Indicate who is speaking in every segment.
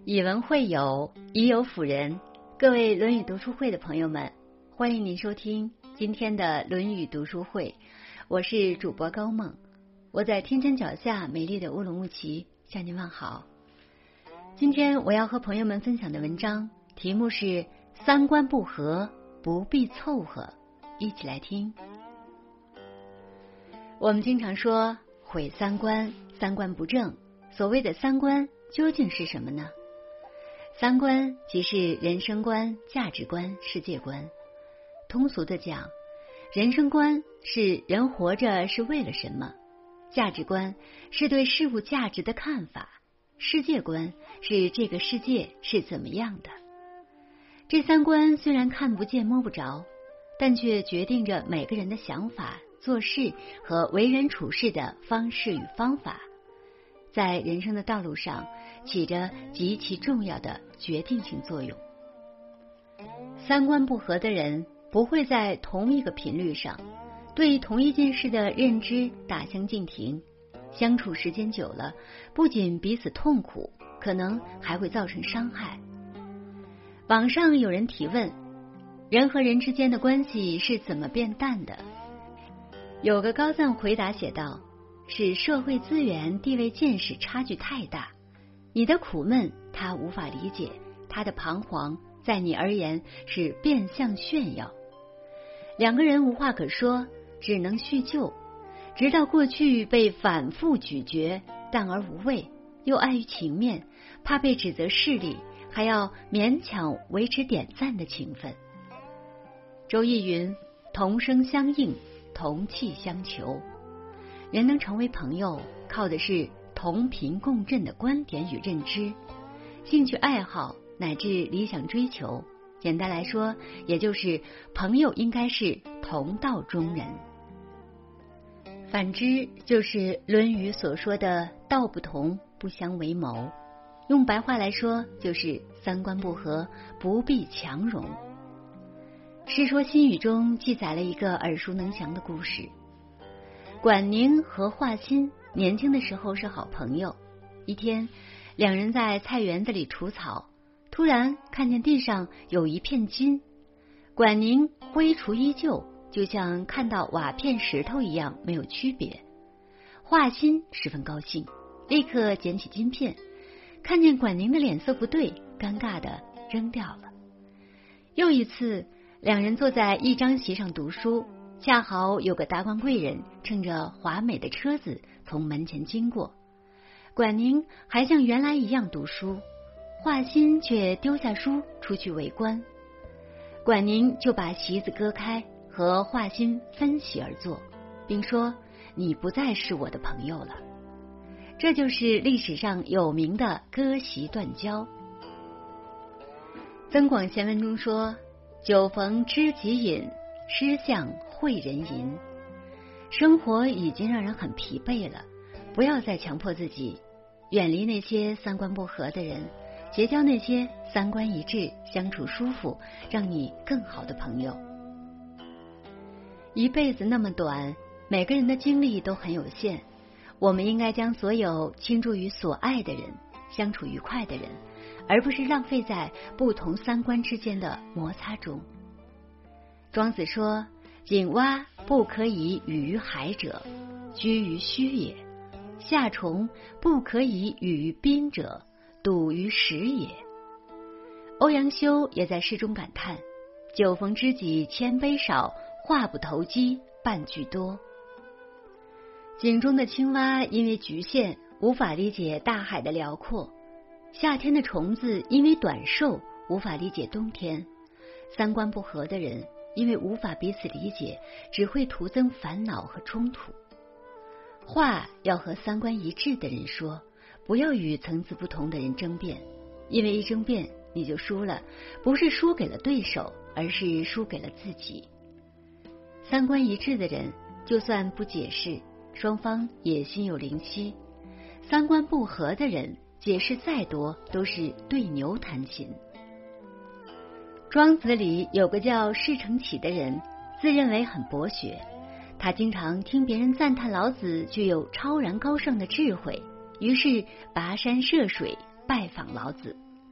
Speaker 1: 以文会友，以友辅仁。各位论语读书会的朋友们，欢迎您收听今天的论语读书会。我是主播高梦，我在天山脚下美丽的乌鲁木齐向您问好。今天我要和朋友们分享的文章题目是三观不合不必凑合，一起来听。我们经常说毁三观，三观不正。所谓的三观究竟是什么呢？三观即是人生观、价值观、世界观。通俗的讲，人生观是人活着是为了什么，价值观是对事物价值的看法，世界观是这个世界是怎么样的。这三观虽然看不见摸不着，但却决定着每个人的想法、做事和为人处事的方式与方法，在人生的道路上起着极其重要的决定性作用。三观不合的人不会在同一个频率上，对同一件事的认知大相径庭，相处时间久了，不仅彼此痛苦，可能还会造成伤害。网上有人提问，人和人之间的关系是怎么变淡的？有个高赞回答写道，是社会资源、地位、见识差距太大，你的苦闷他无法理解，他的彷徨在你而言是变相炫耀。两个人无话可说，只能叙旧，直到过去被反复咀嚼，淡而无味，又碍于情面，怕被指责势利，还要勉强维持点赞的情分。周易云：同声相应，同气相求。人能成为朋友，靠的是同频共振的观点与认知，兴趣爱好乃至理想追求，简单来说，也就是朋友应该是同道中人。反之，就是论语所说的道不同，不相为谋。用白话来说，就是三观不合，不必强融。世说新语中记载了一个耳熟能详的故事。管宁和华歆年轻的时候是好朋友，一天两人在菜园子里除草，突然看见地上有一片金，管宁挥锄依旧，就像看到瓦片石头一样没有区别。华歆十分高兴，立刻捡起金片，看见管宁的脸色不对，尴尬的扔掉了。又一次，两人坐在一张席上读书，恰好有个达官贵人乘着华美的车子从门前经过，管宁还像原来一样读书，华歆却丢下书出去围观。管宁就把席子割开，和华歆分席而坐，并说：你不再是我的朋友了。这就是历史上有名的割席断交。增广贤文中说，酒逢知己饮，诗向会人吟。生活已经让人很疲惫了，不要再强迫自己，远离那些三观不合的人，结交那些三观一致、相处舒服、让你更好的朋友。一辈子那么短，每个人的精力都很有限，我们应该将所有倾注于所爱的人、相处愉快的人，而不是浪费在不同三观之间的摩擦中。庄子说，井蛙不可以语于海者，居于虚也；夏虫不可以语于宾者，笃于实也。欧阳修也在诗中感叹，酒逢知己千杯少，话不投机半句多。井中的青蛙因为局限，无法理解大海的辽阔；夏天的虫子因为短寿，无法理解冬天。三观不合的人，因为无法彼此理解，只会徒增烦恼和冲突。话要和三观一致的人说，不要与层次不同的人争辩，因为一争辩你就输了，不是输给了对手，而是输给了自己。三观一致的人，就算不解释，双方也心有灵犀。三观不合的人，解释再多都是对牛弹琴。庄子里有个叫释承启的人，自认为很博学，他经常听别人赞叹老子具有超然高尚的智慧，于是跋山涉水拜访老子。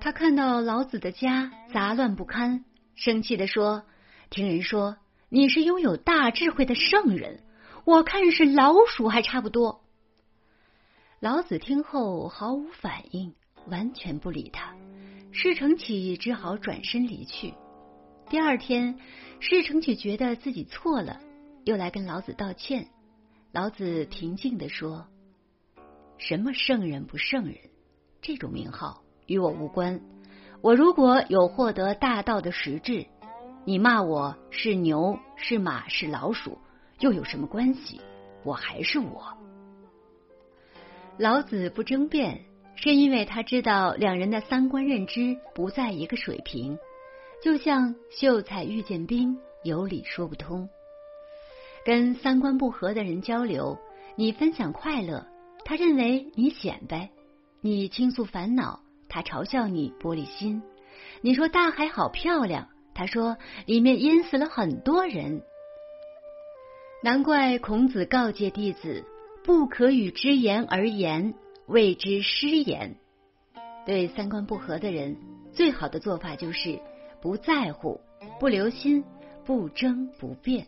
Speaker 1: 他看到老子的家杂乱不堪，生气地说：听人说你是拥有大智慧的圣人，我看是老鼠还差不多。老子听后毫无反应，完全不理他。施承启只好转身离去。第二天，施承启觉得自己错了，又来跟老子道歉。老子平静地说：什么圣人不圣人，这种名号与我无关。我如果有获得大道的实质，你骂我是牛是马是老鼠又有什么关系？我还是我。老子不争辩，是因为他知道两人的三观认知不在一个水平，就像秀才遇见兵，有理说不通。跟三观不合的人交流，你分享快乐，他认为你显摆；你倾诉烦恼，他嘲笑你玻璃心；你说大海好漂亮，他说里面淹死了很多人。难怪孔子告诫弟子，不可与之言而言，谓之失言。对三观不合的人，最好的做法就是不在乎，不留心，不争不辩。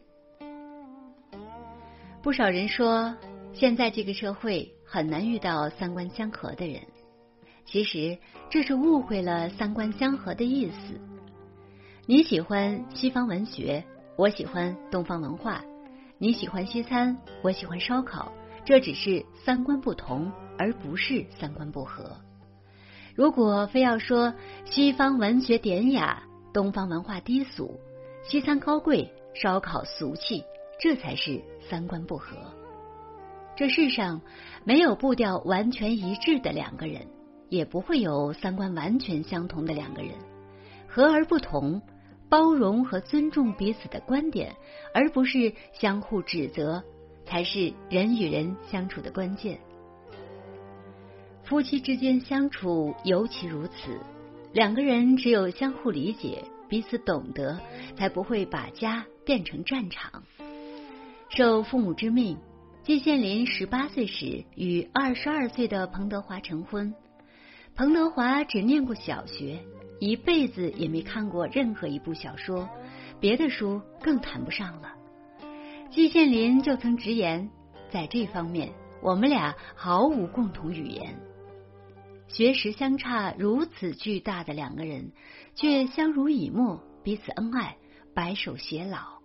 Speaker 1: 不少人说，现在这个社会很难遇到三观相合的人，其实这是误会了三观相合的意思。你喜欢西方文学，我喜欢东方文化；你喜欢西餐，我喜欢烧烤，这只是三观不同，而不是三观不合。如果非要说西方文学典雅，东方文化低俗，西餐高贵，烧烤俗气，这才是三观不合。这世上没有步调完全一致的两个人，也不会有三观完全相同的两个人。和而不同，包容和尊重彼此的观点，而不是相互指责，才是人与人相处的关键。夫妻之间相处尤其如此，两个人只有相互理解，彼此懂得，才不会把家变成战场。受父母之命，季羡林18岁时与22岁的彭德华成婚。彭德华只念过小学，一辈子也没看过任何一部小说，别的书更谈不上了。季羡林就曾直言，在这方面我们俩毫无共同语言。学识相差如此巨大的两个人，却相濡以沫，彼此恩爱，白首偕老。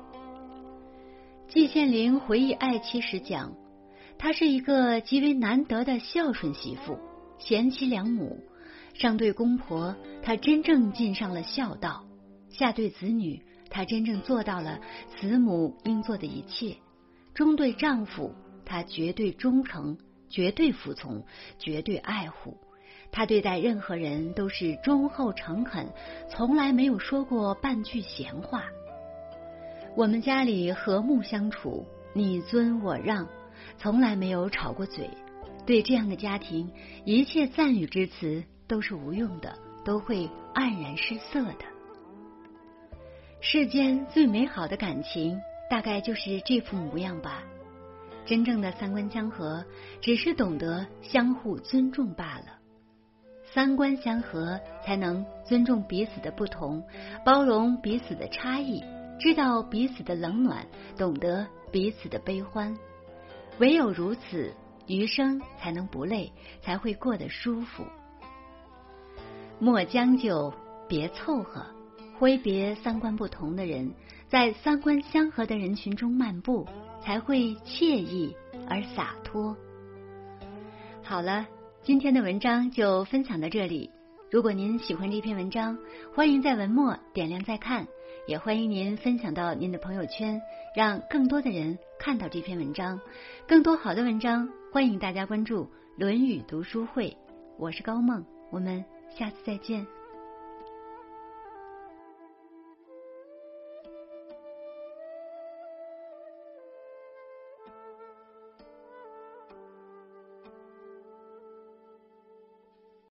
Speaker 1: 季羡林回忆爱妻时讲，她是一个极为难得的孝顺媳妇，贤妻良母。上对公婆，她真正尽上了孝道；下对子女，她真正做到了慈母应做的一切；中对丈夫，她绝对忠诚，绝对服从，绝对爱护。她对待任何人都是忠厚诚恳，从来没有说过半句闲话。我们家里和睦相处，你尊我让，从来没有吵过嘴。对这样的家庭，一切赞语之词都是无用的，都会黯然失色的。世间最美好的感情，大概就是这副模样吧。真正的三观相合，只是懂得相互尊重罢了。三观相合，才能尊重彼此的不同，包容彼此的差异，知道彼此的冷暖，懂得彼此的悲欢。唯有如此，余生才能不累，才会过得舒服。莫将就，别凑合，挥别三观不同的人，在三观相合的人群中漫步，才会惬意而洒脱。好了，今天的文章就分享到这里。如果您喜欢这篇文章，欢迎在文末点亮再看，也欢迎您分享到您的朋友圈，让更多的人看到这篇文章。更多好的文章，欢迎大家关注论语读书会。我是高梦，我们下次再见。